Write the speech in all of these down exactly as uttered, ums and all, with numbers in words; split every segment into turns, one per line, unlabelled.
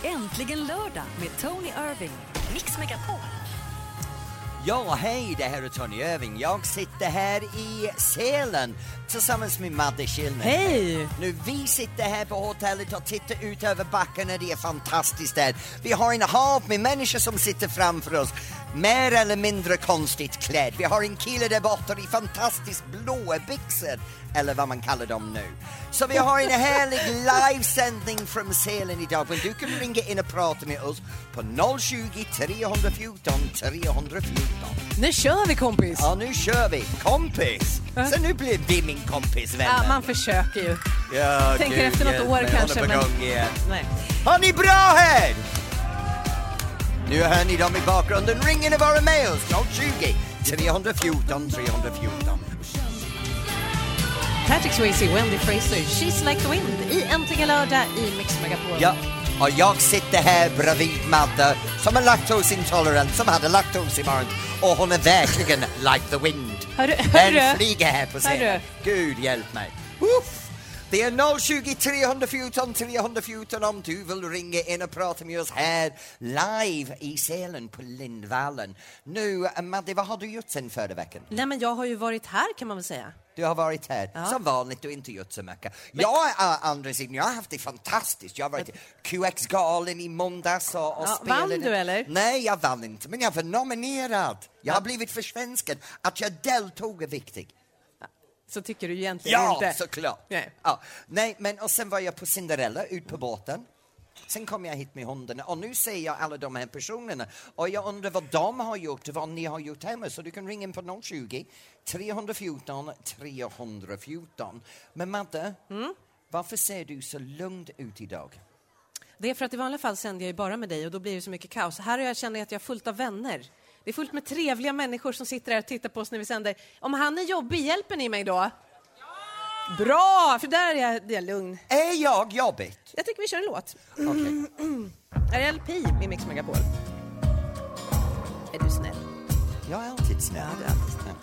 Äntligen lördag med Tony Irving. Mix Megapol.
Ja, hej, det här är Tony Irving. Jag sitter här i Sälen tillsammans med Madde Schillner.
Hej!
Nu, vi sitter här på hotellet och tittar ut över backarna. Det är fantastiskt där. Vi har en hav med människor som sitter framför oss. Mer eller mindre konstigt klädd. Vi har en kille där borta i fantastiskt blåa byxor. Eller vad man kallar dem nu. Så vi har en härlig livesändning från Sälen idag. Men du kan ringa in och prata med oss på noll tjugo, tre fjorton, tre fjorton.
Nu kör vi, kompis.
Ja, nu kör vi. Kompis.
Äh?
Så nu blir vi min kompis, vänner.
Ja, man försöker ju.
Ja,
tänker
Gud,
efter något
hjälp
år
mig,
kanske,
håller på
men-
gång igen.
Nej.
Har ni bra här? Nu hör ni dem i bakgrunden. Ring in och vara med oss. noll tjugo, tre fjorton, tre fjorton.
Patrick Swayze, Wendy Fraser, She's Like the Wind i Äntligen lördag i Mix Megapol.
Ja, och jag sitter här bredvid Madde som är laktosintolerant, som hade laktos imorgon. Och hon är verkligen like the wind.
Hörru,
Den
hörru.
flyger här på scenen.
Hörru.
Gud hjälp mig. Uff. Det är noll tjugo, tre fjorton, tre fjorton om du vill ringa in och prata med oss här live i Sälen på Lindvallen. Nu, Madde, vad har du gjort sen förra veckan?
Nej, men jag har ju varit här, kan man väl säga.
Du har varit här.
Ja.
Som vanligt, du har inte gjort så mycket. Jag är andra sidan, jag har haft det fantastiskt. Jag har varit Q X-galen i måndags och, och
Ja,
spelade.
vann du, eller?
Nej, jag vann inte, men jag var nominerad. Jag har blivit försvenskad. Att jag deltog är viktigt.
Så tycker du egentligen
Ja,
inte.
såklart.
Nej.
Ja. Nej, men och sen var jag på Cinderella ut på båten. Sen kom jag hit med hundarna och nu ser jag alla de här personerna och jag undrar vad de har gjort och vad ni har gjort hemma. Så du kan ringa in på noll tjugo, tre fjorton, tre fjorton. Men Madde, mm? varför ser du så lugnt ut idag?
Det är för att i vanliga fall sänder jag ju bara med dig och då blir det så mycket kaos. Här har jag känner att jag är fullt av vänner. Det är fullt med trevliga människor som sitter här och tittar på oss när vi sänder. Om han är jobbig, hjälper ni mig då? Ja! Bra, för där är jag, det är lugn.
Är jag jobbigt?
Jag tycker vi kör en låt.
Okej.
Okay. Är det L P i Mix Megapol? Är du snäll?
Jag är alltid snäll.
Ja, du är alltid snäll.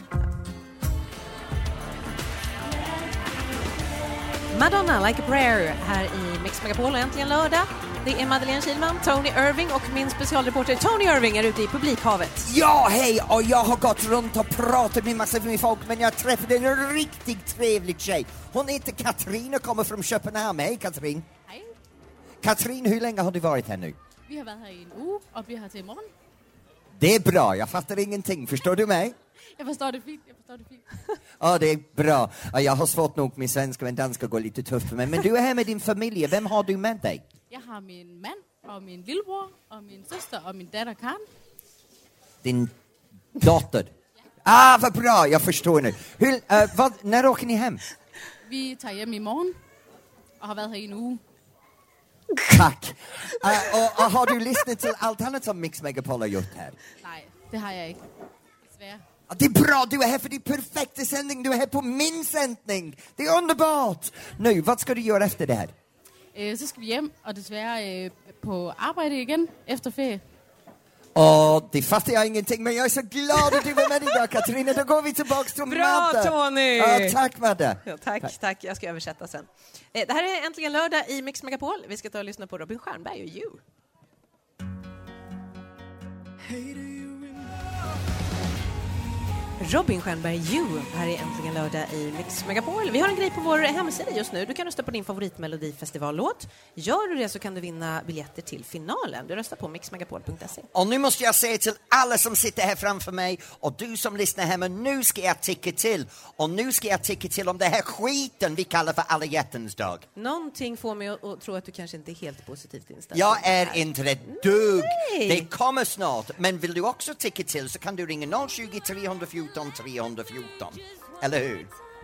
Madonna, Like a Prayer, här i Mix Megapol och äntligen lördag. Det är Madeleine Kilman, Tony Irving och min specialreporter Tony Irving är ute i publikhavet.
Ja, hej! Och jag har gått runt och pratat med massor med folk, men jag träffade en riktigt trevlig tjej. Hon heter Katrin och kommer från Köpenhamn. Hej, Katrin.
Hej.
Katrin, hur länge har du varit här nu?
Vi har varit här i en uge och vi har till imorgon.
Det är bra, jag fattar ingenting. Förstår du mig?
Jag förstår det fint, jag förstår det fint.
Ja, det är bra. Ja, jag har svårt nog med svenska, men danska går lite tufft för mig. Men du är här med din familj. Vem har du med dig?
Jag har min man och min lillebror och min syster och min dotter Karen.
Din dotter? Ah, vad bra, jag förstår nu. Hur, uh, vad, när åker ni hem?
Vi tar hem imorgon och har varit här i en uge.
Tack. Uh, och, och har du lyssnat till allt annat som Mix Megapol har gjort här?
Nej, det har jag inte. Dessvärre.
Ja, det är bra, du är här för din perfekta sändning. Du är här på min sändning. Det är underbart. Nu, vad ska du göra efter det här?
Eh, så ska vi hem och dessvärre eh, på arbete igen efter ferie.
Åh, det fattar jag ingenting, men jag är så glad att du var med idag, Katarina. Då går vi tillbaka till
Bra,
Madde.
Tony!
Ja, tack, Madde.
Ja, tack, tack, tack. Jag ska översätta sen. Eh, det här är äntligen lördag i Mix Megapol. Vi ska ta och lyssna på Robin Stjernberg och You. Robin Stjernberg, You, här är äntligen lördag i Mix Megapol. Vi har en grej på vår hemsida just nu. Du kan rösta på din favoritmelodifestivallåt. Gör du det så kan du vinna biljetter till finalen. Du röstar på mix megapol punkt se.
Och nu måste jag säga till alla som sitter här framför mig och du som lyssnar hemma, nu ska jag tycka till. Och nu ska jag tycka till om det här skiten vi kallar för alla hjärtans dag.
Någonting får mig att, att tro att du kanske inte är helt positivt inställd.
Jag är inte det dugg.
Nej.
Det kommer snart. Men vill du också tycka till så kan du ringa noll tjugo, tre fjorton, tre fjorton. Eller hur?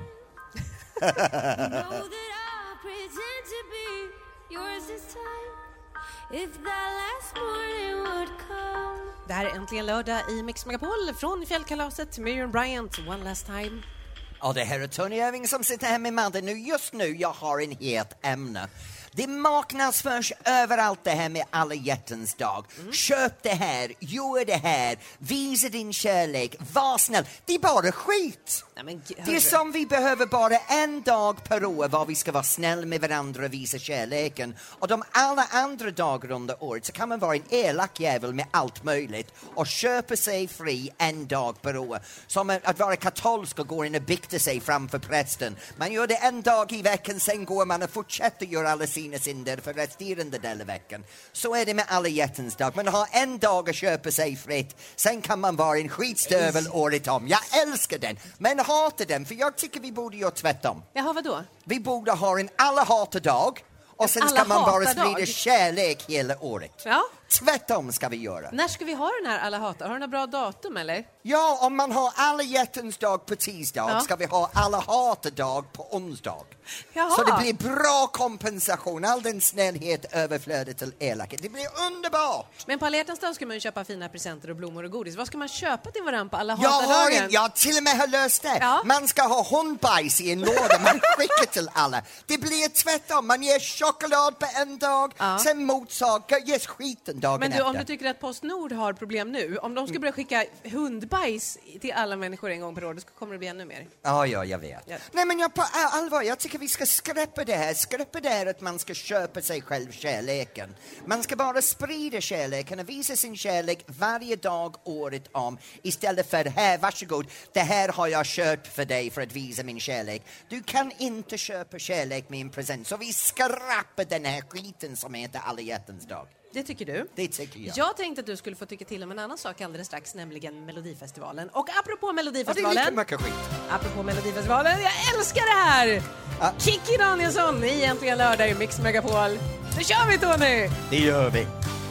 Det här är äntligen lördag i Mix Megapol från fjällkalaset Miriam Bryant, One Last Time.
Och det här är Tony Irving som sitter här med Madde. Nu, just nu jag har en het ämne. Det marknadsförs överallt det här med alla hjärtans dag. Mm. Köp det här, gör det här, visa din kärlek, var snäll. Det är bara skit.
Nej, men,
det är som vi behöver bara en dag per år var vi ska vara snäll med varandra och visa kärleken. Och de alla andra dagar under året så kan man vara en elak jävel med allt möjligt och köpa sig fri en dag per år. Som att vara katolsk och gå in och bikta sig framför prästen. Man gör det en dag i veckan, sen går man och fortsätter göra alla sina synder för resterande del av veckan. Så är det med alla hjärtans dag. Man har en dag att köpa sig fritt, sen kan man vara en skitstövel året om. Jag älskar den, men hatar den, för jag tycker vi borde göra tvärtom.
Jaha, vadå?
Vi borde ha en alla hatar dag. Och sen ska man bara sprida kärlek hela året.
Ja.
Tvärtom ska vi göra.
När ska vi ha den här alla hatar? Har du några bra datum eller?
Ja, om man har alla hjärtans dag på tisdag
ja.
ska vi ha alla hatar dag på onsdag.
Jaha.
Så det blir bra kompensation. All den snällhet överflödet till elakhet. Det blir underbart.
Men på alla hjärtans dag ska man ju köpa fina presenter och blommor och godis. Vad ska man köpa till varandra på alla
Jag
hatardagen?
har en, jag till och med har löst det.
Ja.
Man ska ha hundbajs i en låda. Man skickar till alla. Det blir tvärtom. Man ger choklad på en dag. Ja. Sen motsaka ges skiten dagen
Men du,
efter.
om du tycker att Postnord har problem nu, om de ska börja skicka hundbajs till alla människor en gång per år, då kommer det bli ännu mer.
Ja, ja, jag vet. Ja. Nej, men jag på allvar, jag tycker vi ska skräppa det här. Skräppa det här att man ska köpa sig själv kärleken. Man ska bara sprida kärleken och visa sin kärlek varje dag året om. Istället för, här, varsågod, det här har jag köpt för dig för att visa min kärlek. Du kan inte köpa kärlek med en present. Så vi skräpper den här skiten som heter alla hjärtans dag.
Det tycker du?
Det tycker jag.
Jag tänkte att du skulle få tycka till om en annan sak alldeles strax, nämligen Melodifestivalen. Och apropå Melodifestivalen...
Ja, det är lika mycket skit.
Apropå Melodifestivalen, jag älskar det här! Ja. Kikki Danielsson i Äntligen lördag i Mix Megapol. Nu kör vi, Tony!
Det gör vi.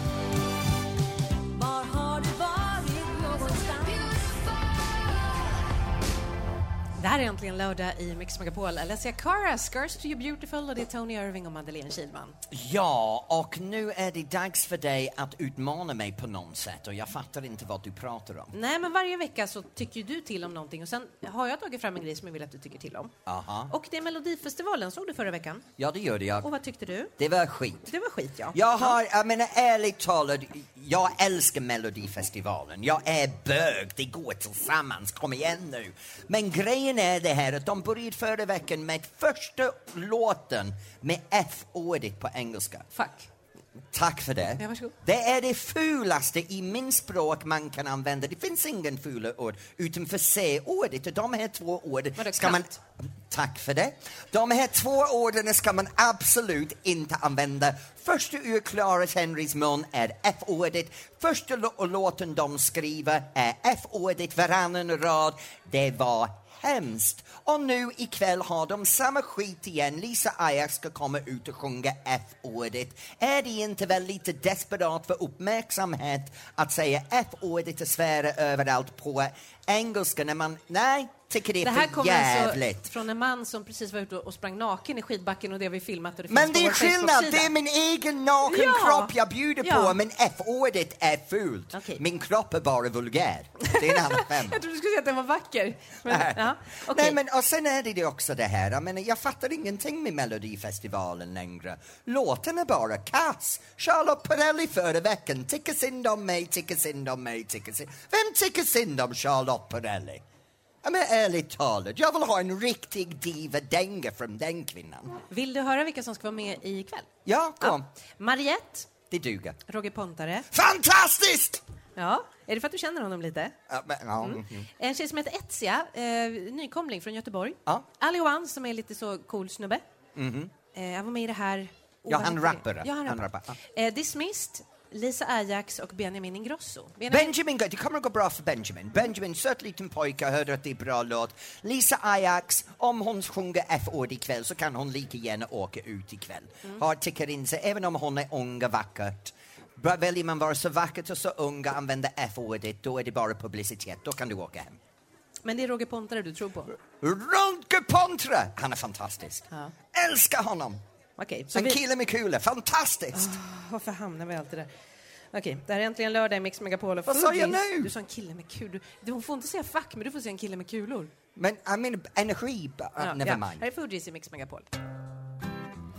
Det här är Äntligen lördag i Mix Megapol. Alessia Cara, Scars to you beautiful, och det är Tony Irving och Madeleine Kilman.
Ja, och nu är det dags för dig att utmana mig på något sätt. Och jag fattar inte vad du pratar om.
Nej, men varje vecka så tycker du till om någonting. Och sen har jag tagit fram en grej som jag vill att du tycker till om.
Aha.
Och det är Melodifestivalen, såg du förra veckan?
Ja, det gjorde jag.
Och vad tyckte du?
Det var skit.
Det var skit, ja.
Jag har, jag menar ärligt talat, jag älskar Melodifestivalen. Jag är bög, det går tillsammans, kom igen nu. Men grejen är det här att de började förra veckan med första låten med F-ordet på engelska.
Fuck.
Tack för det.
Ja, varsågod.
Det är det fulaste i min språk man kan använda. Det finns ingen fula ord utan för C-ordet. Och de här två orden ska man... Tack för det. De här två orden ska man absolut inte använda. Första ur Clara Henrys mun är F-ordet. Första låten de skriver är F-ordet varannan rad. Det var hemskt. Och nu ikväll har de samma skit igen. Lisa Ajax ska komma ut och sjunga F-ordet. Är det inte väl lite desperat för uppmärksamhet att säga F-ordet och svära överallt på engelska när man... Nej, tycker det är
det här
för
kommer
jävligt.
Alltså från en man som precis var ute och sprang naken i skidbacken, och det har vi filmat. Och det
men det är skillnad, det är min egen naken ja. kropp jag bjuder
ja.
på, men F-ordet är fult. Okay. Min kropp är bara vulgär. Det är en annan fem.
Jag trodde du skulle säga att den var vacker. Men,
Nej.
Ja. Okay.
Nej, men och sen är det också det här, jag menar, jag fattar ingenting med Melodifestivalen längre. Låten är bara kass. Charlotte Perrelli förra veckan, tycker synd om mig, tycker synd om mig, tycker synd. Vem tycker synd om Charlotte Perrelli? Ja, men ärligt talat, jag vill ha en riktig diva-dänga från den kvinnan.
Vill du höra vilka som ska vara med ikväll?
Ja, kom.
Ja. Mariette.
Det duger.
Roger Pontare.
Fantastiskt!
Ja, är det för att du känner honom lite?
Ja, men, ja.
Mm. En tjej som heter Etsia, eh, nykomling från Göteborg.
Ja.
Ali Owan, som är lite så cool snubbe.
Mm-hmm.
Eh, jag var med i det här...
Ja, han rappare.
Ja, han
han
rappar.
rappar.
Ja. Eh, Dismissed, Lisa Ajax och Benjamin Ingrosso.
Benjamin, Benjamin det kommer att gå bra för Benjamin. Benjamin, söt liten pojke, hörde att det är bra låt. Lisa Ajax, om hon sjunger F-ord ikväll så kan hon lika gärna åka ut ikväll. Mm. Har tickar in sig, även om hon är ung och vackert. Väljer man vara så vackert och så ung och använda F-ordet, då är det bara publicitet. Då kan du åka hem.
Men det är Roger Pontare du tror på?
Roger Pontare! Han är fantastisk. Ja. Älskar honom!
Okay,
en
vi...
kille med kula, fantastiskt!
Oh, varför hamnar vi alltid där? Okej, okay, det här är äntligen lördag i Mix Megapol.
Vad sa jag nu?
Du sa en kille med kulor. Du får inte säga fuck, men du får säga en kille med kulor.
Men, I mean, energi, uh, ja, never
ja.
mind.
Här är Fugees i Mix Megapol.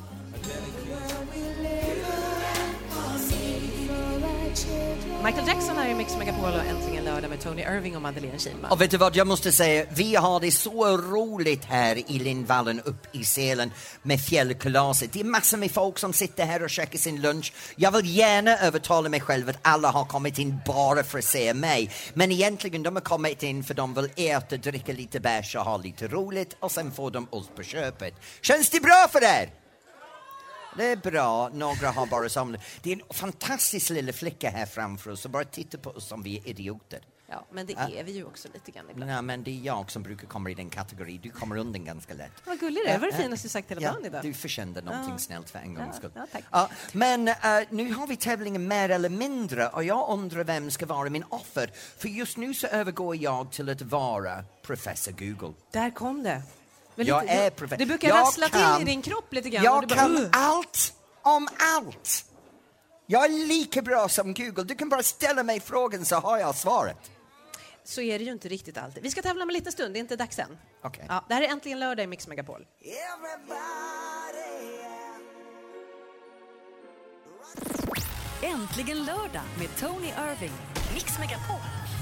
Michael Jackson här i Mix Megapol och Äntligen lördag med Tony Irving och Madeleine Kihlman.
Och vet du vad, jag måste säga, vi har det så roligt här i Lindvallen upp i Sälen med fjällkalaset. Det är massor med folk som sitter här och käkar sin lunch. Jag vill gärna övertala mig själv att alla har kommit in bara för att se mig. Men egentligen de har kommit in för de vill äta, dricka lite bärs och ha lite roligt och sen får de oss på köpet. Känns det bra för er? Det är bra, några har bara samlat. Det är en fantastisk lilla flicka här framför oss och bara titta på oss som vi är idioter.
Ja, men det är vi ju också lite grann ibland.
Nej, men det är jag som brukar komma i den kategorin. Du kommer undan ganska lätt.
Vad gullig det är. Vad är det finaste du sagt hela
ja,
dagen idag?
Du förtjänade någonting
ja.
snällt för en gångs
ja,
skull.
ja, tack.
Ja, men uh, nu har vi tävlingen mer eller mindre och jag undrar vem ska vara min offer. För just nu så övergår jag till att vara professor Google.
Där kom det. Men
jag
lite,
är professor.
Du brukar
jag
rassla
kan,
till i din kropp lite grann.
Jag
och du bara,
kan
uh.
allt om allt. Jag är lika bra som Google. Du kan bara ställa mig frågan så har jag svaret.
Så är det ju inte riktigt alltid. Vi ska tävla om en liten stund, det är inte dags än.
Okay.
Ja, det här är Äntligen lördag i Mix Megapol.
Äntligen lördag med Tony Irving. Mix Megapol.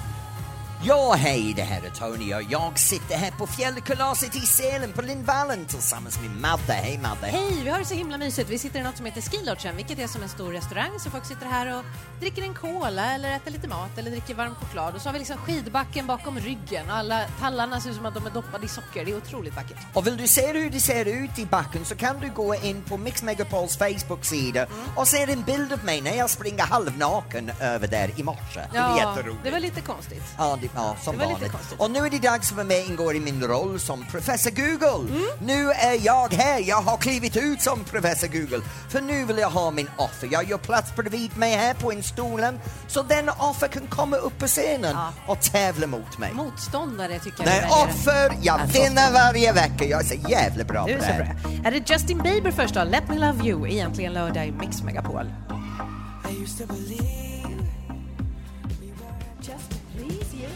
Ja, hej, det här är Tony och jag sitter här på fjällkalaset i Sälen på Lindvallen tillsammans med Madde. Hej Madde.
Hej, vi har det så himla mysigt. Vi sitter i något som heter Ski Lodgen, vilket är som en stor restaurang. Så folk sitter här och dricker en cola eller äter lite mat eller dricker varm choklad. Och så har vi liksom skidbacken bakom ryggen och alla tallarna ser ut som att de är doppade i socker. Det är otroligt vackert.
Och vill du se hur det ser ut i backen så kan du gå in på Mix Megapols Facebook-sida mm. och se en bild av mig när jag springer halvnaken över där i morse.
Ja,
det är jätteroligt.
Det var lite konstigt.
Ja, det, ja som
det var
vanligt.
Lite konstigt.
Och nu är det dags för mig att ingå i min roll som professor Google.
Mm.
Nu är jag här. Jag har klivit ut som professor Google. För nu vill jag ha min offer. Jag gör plats bredvid mig här på en stolen så den offer kan komma upp på scenen ja. och tävla mot mig.
Motståndare tycker jag.
Nej, offer. Jag alltså. vinner varje vecka. Jag är så jävla bra
du
på det
är så
här.
bra. Här är Justin Bieber först då. Let me love you. Egentligen lördag i Mix Megapol. I used to believe we were just to please you.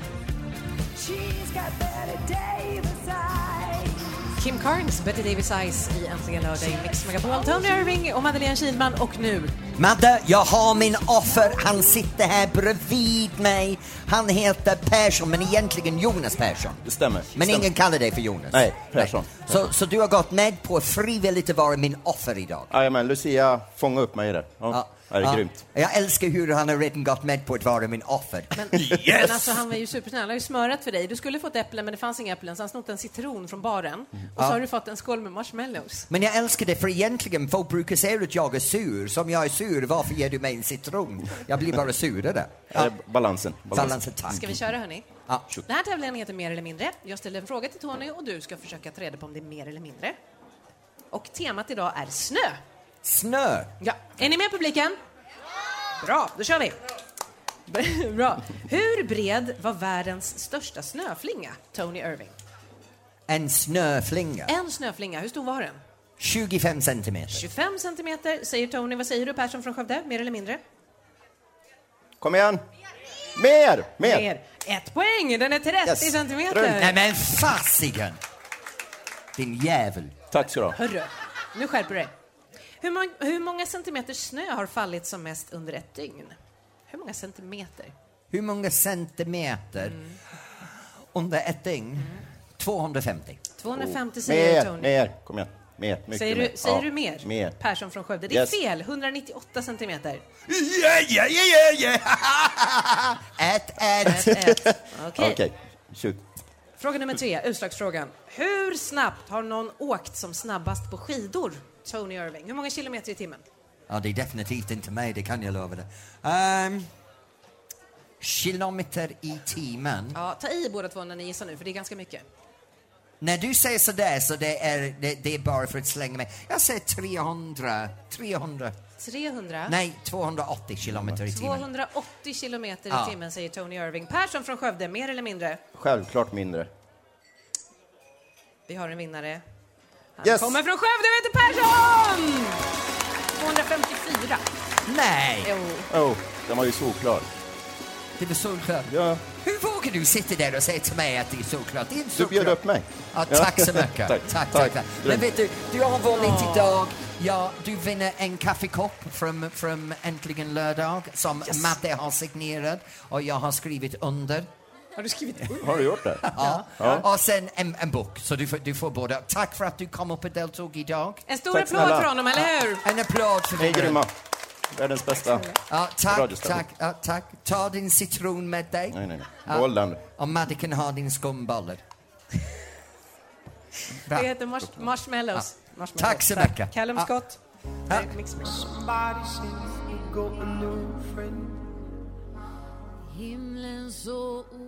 She's got Betty Davis eyes. Kim Carnes, Betty Davis eyes i Äntligen lördag i Mix Megapol. Tony Irving och Madeleine Kihlman och nu.
Madde, jag har min offer. Han sitter här bredvid mig. Han heter Persson, men egentligen Jonas Persson.
Det stämmer.
Men
stämmer.
ingen kallar dig för Jonas.
Nej, Persson.
Nej. Så, så du har gått med på frivilligt att vara min offer idag?
Ja, men Lucia fånga upp mig i det. Ja. Ja. Det är
ja.
grymt.
Jag älskar hur han har redan gått med på att vara min offer.
Men, yes! men alltså, han var ju supersnäll. Han har ju smörat för dig. Du skulle fått äpplen, men det fanns inga äpplen. Så han snott en citron från baren. Mm. Och så ja. har du fått en skål med marshmallows.
Men jag älskar det, för egentligen folk brukar säga att jag är sur. Som jag är sur, varför ger du mig en citron? Jag blir bara surare.
Ja. Balansen. Balansen.
Balansen, tack.
Ska vi köra, hörni?
Ja.
Den här tävlingen heter Mer eller mindre. Jag ställer en fråga till Tony och du ska försöka ta reda på om det är mer eller mindre. Och temat idag är snö.
Snö?
Ja. Är ni med, publiken? Bra, då kör vi. Bra. Hur bred var världens största snöflinga, Tony Irving?
En snöflinga?
En snöflinga. Hur stor var den?
tjugofem centimeter.
tjugofem centimeter, säger Tony. Vad säger du, Persson från Skövde? Mer eller mindre?
Kom igen. Mer, mer.
mer. Ett poäng. Den är trettio yes. centimeter.
Nej, men fasiken. Din jävel.
Tack så du ha.
Hörru, nu skärper du dig. Hur, må- hur många centimeter snö har fallit som mest under ett dygn? Hur många centimeter?
Hur många centimeter mm. under ett dygn? Mm. tvåhundrafemtio.
tvåhundrafemtio oh. säger
mer,
Tony.
Mer, kom igen. Mer, mycket
säger du,
mer.
säger
ja.
du mer?
Mer.
Persson från Skövde. Det är yes. fel. etthundranittioåtta centimeter.
Ja, ja, ja, ja, ja. Ett, ett.
ett, ett. Okej.
Okay. Okay.
Fråga nummer tre, utslagsfrågan. Hur snabbt har någon åkt som snabbast på skidor? Tony Irving. Hur många kilometer i timmen?
Ja, det är definitivt inte mig, det kan jag lova det. Um, kilometer i timmen.
Ja, ta i båda två när ni gissar nu, för det är ganska mycket.
När du säger sådär så det är, det, det är bara för att slänga mig. Jag säger trehundra. trehundra.
trehundra?
Nej, tvåhundraåttio kilometer i timmen.
tvåhundraåttio kilometer
ja.
i timmen, säger Tony Irving. Persson från Skövde, mer eller mindre?
Självklart mindre.
Vi har en vinnare. Han
yes.
kommer från Skövde, vet du, Persson! tvåhundrafemtiofyra.
Nej!
Jo.
Oh, den var ju solklar.
Det var solklart.
Ja.
Hur vågar du sitta där och säga till mig att det är solklart? Det är
du bjöd upp mig.
Ja, tack så mycket.
tack.
Tack, tack, tack. Men vet du, du har vunnit oh. idag Ja, du vinner en kaffekopp från, från Äntligen lördag som yes. Madde har signerat och jag har skrivit under.
Har du skrivit under?
Har du gjort det?
Ja. ja. Och sen en, en bok, så du får, du får båda. Tack för att du kom upp och deltog idag.
En stor tack applåd för honom, eller hur?
En applåd för dig.
Hej, grymma. Världens bästa.
Ja, tack, tack, ja, tack. Ta din citron med dig.
Nej, nej, nej. Håll den.
Och Madde kan ha din skumbollar.
Det heter mars- marshmallows.
Ja.
marshmallows.
Tack så mycket.
Callum Scott.
Ja.
Himlen så oskyldigt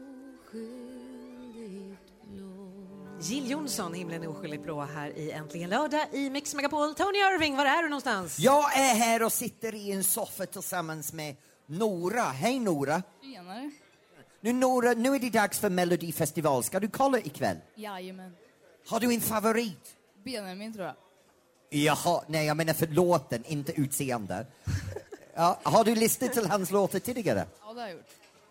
blå.
Jill Johnson, Himlen är oskyldigt blå här i Äntligen lördag i Mix Megapol. Tony Irving, var är du någonstans?
Jag är här och sitter i en soffa tillsammans med Nora. Hej Nora.
Tjenare.
Nu Nora, nu är det dags för Melodifestival. Ska du kolla ikväll?
Jajamän.
Har du en favorit?
Benjamin tror jag.
Jaha, nej jag menar för låten, inte utseende. Ja, har du lyssnat till hans låtar tidigare?
Ja, det har jag gjort.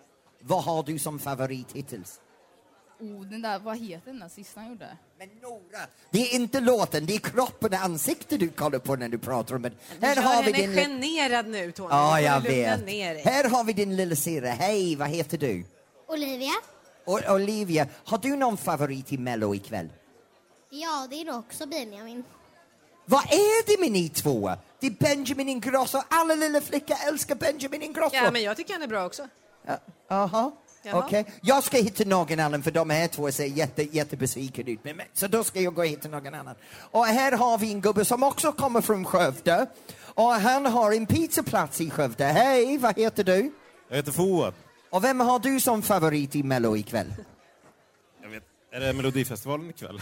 Vad har du som favorit hittills?
Oh, den där, vad heter den där sista han gjorde?
Men Nora, det är inte låten, det är kroppen och ansiktet du kollar på när du pratar om det.
Här har vi din... är generad nu, Tony.
Ja, jag vet. Här har vi din lilla syra. Hej, vad heter du?
Olivia.
O- Olivia, har du någon favorit i Mello ikväll?
Ja, det är också Benjamin.
Vad är det med ni två? Det är Benjamin Ingrosso. Alla lilla flickor älskar Benjamin Ingrosso.
Ja, men jag tycker han är bra också.
Jaha, okej. Okay. Jag ska hitta någon annan för de här två ser jätte, jättebesviken ut med mig. Så då ska jag gå och hitta någon annan. Och här har vi en gubbe som också kommer från Skövde. Och han har en pizzaplats i Skövde. Hej, vad heter du?
Jag heter Fouad.
Och vem har du som favorit i Mello ikväll?
Jag vet, är det Melodifestivalen ikväll?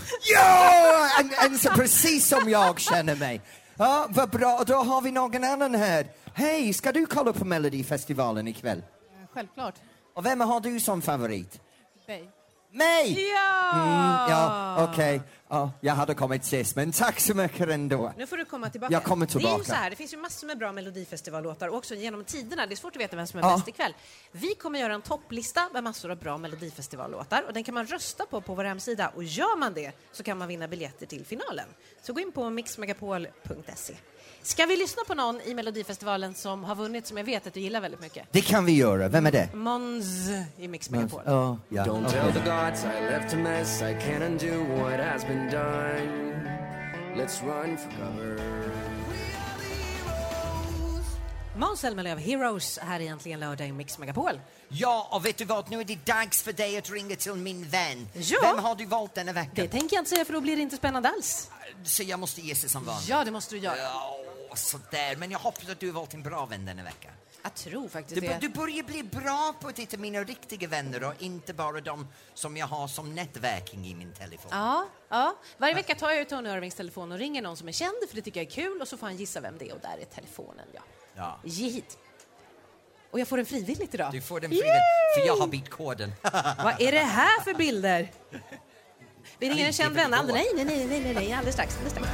Ja, en, en, så precis som jag känner mig. Ja, vad bra. Då har vi någon annan här. Hej, ska du kolla på Melodifestivalen ikväll?
Självklart.
Och vem har du som favorit?
Bej.
Mig!
Ja!
Mm, ja, okej. Okay. Ja, jag hade kommit sist, men tack så mycket ändå.
Nu får du komma tillbaka.
Jag kommer tillbaka.
Det är ju så här, det finns ju massor med bra Melodifestivallåtar och också genom tiderna. Det är svårt att veta vem som är
ja.
bäst ikväll. Vi kommer göra en topplista med massor av bra Melodifestivallåtar och den kan man rösta på på vår hemsida. Och gör man det så kan man vinna biljetter till finalen. Så gå in på mix megapol punkt se. Ska vi lyssna på någon i Melodifestivalen som har vunnit som jag vet att du gillar väldigt mycket?
Det kan vi göra. Vem är det?
Måns i Mix Megapol.
Oh, yeah.
Don't
okay.
tell the gods I left a mess. I can't undo what has been done. Let's run for cover.
Måns Zelmerlöw, Heroes, här är egentligen lördag i Mix Megapol.
Ja, och vet du vad? Nu är det dags för dig att ringa till min vän.
Ja.
Vem har du valt denna vecka?
Det tänker jag inte säga för då blir det inte spännande alls.
Så jag måste gissa som vanligt.
Ja, det måste du göra.
Ja, sådär. Men jag hoppas att du har valt en bra vän denna vecka.
Jag tror faktiskt
Du,
det.
du börjar bli bra på att hitta mina riktiga vänner och inte bara de som jag har som nätverking i min telefon.
Ja, ja. Varje vecka tar jag ut Tony Irvings telefon och ringer någon som är känd för det tycker jag är kul och så får han gissa vem det är och där är telefonen, ja.
Ja.
Ge hit. Och jag får den frivilligt idag.
Du får den frivilligt, för jag har bytt koden.
Vad är det här för bilder? Vi ringer en känd vän. Nej, nej, nej, nej, nej, nej, alldeles strax. Alldeles strax.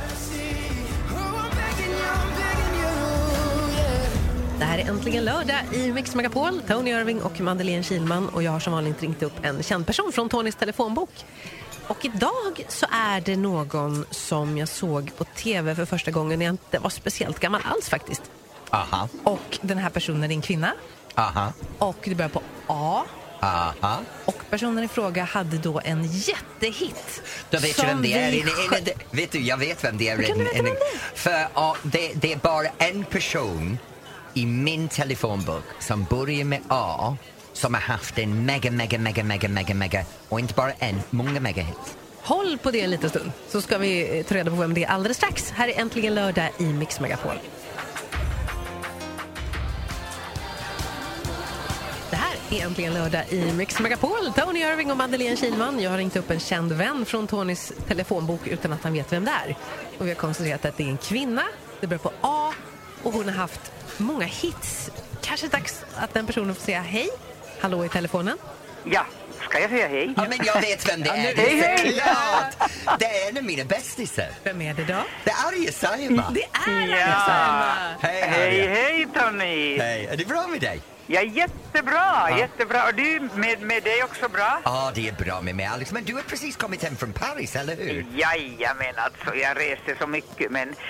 Det här är äntligen lördag i Mix Megapol. Tony Irving och Madeleine Kilman. Och jag har som vanligt ringt upp en känd person från Tonys telefonbok. Och idag så är det någon som jag såg på tv för första gången när jag inte var speciellt gammal alls faktiskt.
Aha.
Och den här personen är en kvinna.
Aha.
Och det börjar på A.
Aha.
Och personen i fråga hade då en jättehit.
Då vet
som
du vem det är.
vi...
En, en, en, vet du, jag vet vem det är.
Kan du veta vem det är?
För ja, det, det är bara en person i min telefonbok som börjar med A som har haft en mega, mega, mega, mega, mega, mega och inte bara en, många mega hits.
Håll på det en liten stund så ska vi ta reda på vem det är alldeles strax. Här är äntligen lördag i Mix Megapol. Det här är äntligen lördag i Mix Megapol. Tony Irving och Madeleine Kilman. Jag har ringt upp en känd vän från Tonys telefonbok utan att han vet vem det är. Och vi har konstaterat att det är en kvinna. Det börjar på A och hon har haft många hits. Kanske dags att den personen får säga hej. Hallå i telefonen.
Ja, ska jag säga hej?
Ja, men jag vet vem det är. Det är hej, klart. Det är en av mina bästisar.
Vem är det då?
Det är Arja Saijonmaa.
Det är Arja
ja.
Saijonmaa.
Hej,
hej, hej Tony.
Hej, är det bra med dig?
Ja, jättebra, ja. jättebra. Och du, med, med dig också bra?
Ja, det är bra med mig, Alex. Men du har precis kommit hem från Paris, eller hur?
Jajamän, alltså, jag reser så mycket, men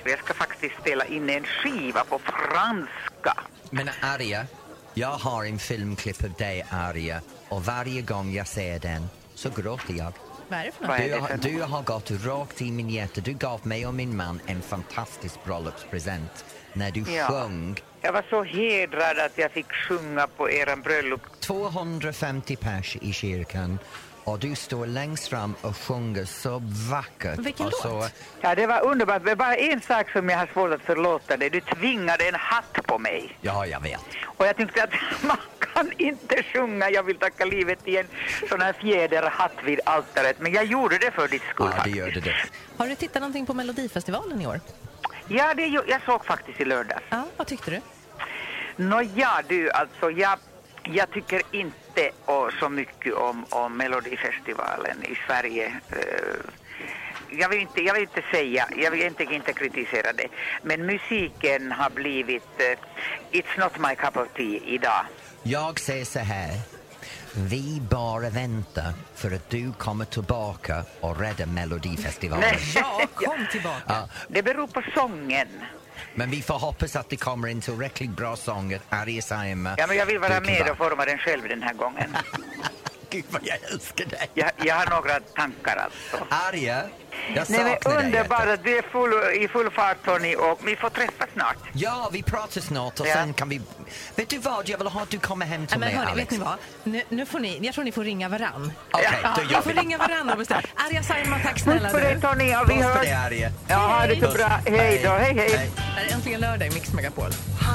Jag ska faktiskt spela in en skiva på franska.
Men Arja, jag har en filmklipp av dig, Arja, och varje gång jag ser den så gråter jag.
Vad är det för något?
Du har, du har gått rakt i min hjärta. Du gav mig och min man en fantastisk bröllopspresent när du
Ja.
sjöng.
Jag var så hedrad att jag fick sjunga på eran bröllop.
tvåhundrafemtio pers i kyrkan och du står längst fram och sjunger så vackert.
Vilken
och så...
låt?
Ja, det var underbart. Det var bara en sak som jag har svårt att förlåta dig. Du tvingade en hatt på mig.
Ja, jag vet.
Och jag tyckte att man kan inte sjunga Jag vill tacka livet i en sån här fjäderhatt vid altaret. Men jag gjorde det för ditt skull.
Ja, det gör det. det.
Har du tittat någonting på Melodifestivalen i år?
Ja, det ju- jag såg faktiskt i lördag.
Ja, vad tyckte du?
Nå ja, du, alltså jag, jag tycker inte och så mycket om, om Melodifestivalen i Sverige. Uh, jag vill inte, jag vill inte säga, jag vill inte, inte kritisera det. Men musiken har blivit, uh, it's not my cup of tea idag.
Jag säger så här. Vi bara väntar för att du kommer tillbaka och rädda Melodifestivalen.
Nej.
Ja, kom tillbaka.
Ja,
Det beror på sången.
men vi får hoppas att det kommer en tillräckligt bra sång att Arja Saijonmaa...
Ja, men jag vill vara
du kan
med och forma den själv den här gången.
Gud vad jag älskar dig.
Jag, jag har några tankar alltså.
Arja, jag
Nej, men
saknar dig.
underbart
hjärtat.
att du är full, i full fart, Tony, och vi får träffas snart.
Ja, vi pratar snart och
Ja.
sen kan vi... Vet du vad, jag vill ha att du kommer hem till
Ja, men
mig,
hörni,
Alex.
vet ni vad? Nu, nu får ni, jag tror ni får ringa varann.
Okej,
Ja,
då
ni
gör
får
vi det.
ringa varann och bestämma. Arja Saijonmaa, tack
Puss
snälla
på dig,
du.
Tony, och vi
Puss på dig,
hörs.
Arja.
Ja, ha det så bra. Hej då, hej, hej.
Det här är Äntligen lördag i Mix Megapol.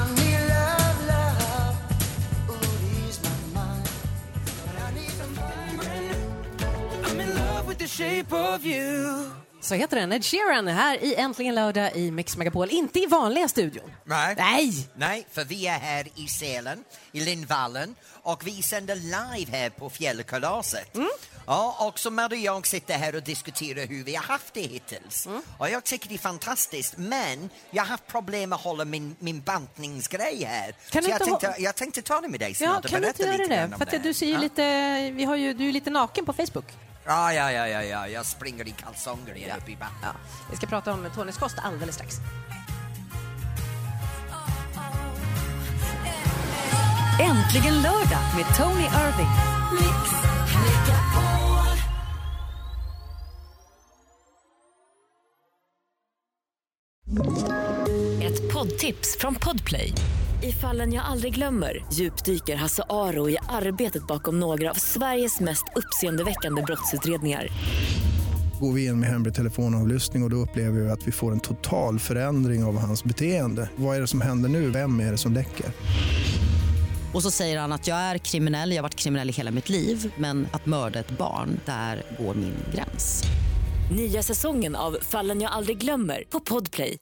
Så heter den, Ed Sheeran, här i Äntligen lördag i Mix Megapol. Inte i vanliga studion.
Nej.
Nej!
Nej, för vi är här i Sälen, i Lindvallen, och vi sänder live här på Fjällkalaset.
Mm.
Ja, och så Marie och jag sitter här och diskuterar hur vi har haft det hittills.
Mm.
Och jag tycker det är fantastiskt, men jag har haft problem med att hålla min, min bantningsgrej här.
Kan
så
du
jag,
inte
tänkte,
hå-
jag tänkte ta det med dig snart
Ja,
och
kan du inte
berätta
göra
lite
det?
grann om
För att du ser ju
ja.
lite, vi har ju, du är lite naken på Facebook.
Ja, ja, ja, ja, ja, jag springer i kalsonger igen uppe i backen.
Ja. Vi ska prata om Tonys kost alldeles strax.
Äntligen lördag med Tony Irving.
Ett poddtips från Podplay. I Fallen jag aldrig glömmer djupdyker Hasse Aro i arbetet bakom några av Sveriges mest uppseendeväckande brottsutredningar.
Går vi in med hemlig telefonavlyssning och, och då upplever vi att vi får en total förändring av hans beteende. Vad är det som händer nu? Vem är det som läcker?
Och så säger han att jag är kriminell, jag har varit kriminell i hela mitt liv. Men att mörda ett barn, där går min gräns.
Nya säsongen av Fallen jag aldrig glömmer på Podplay.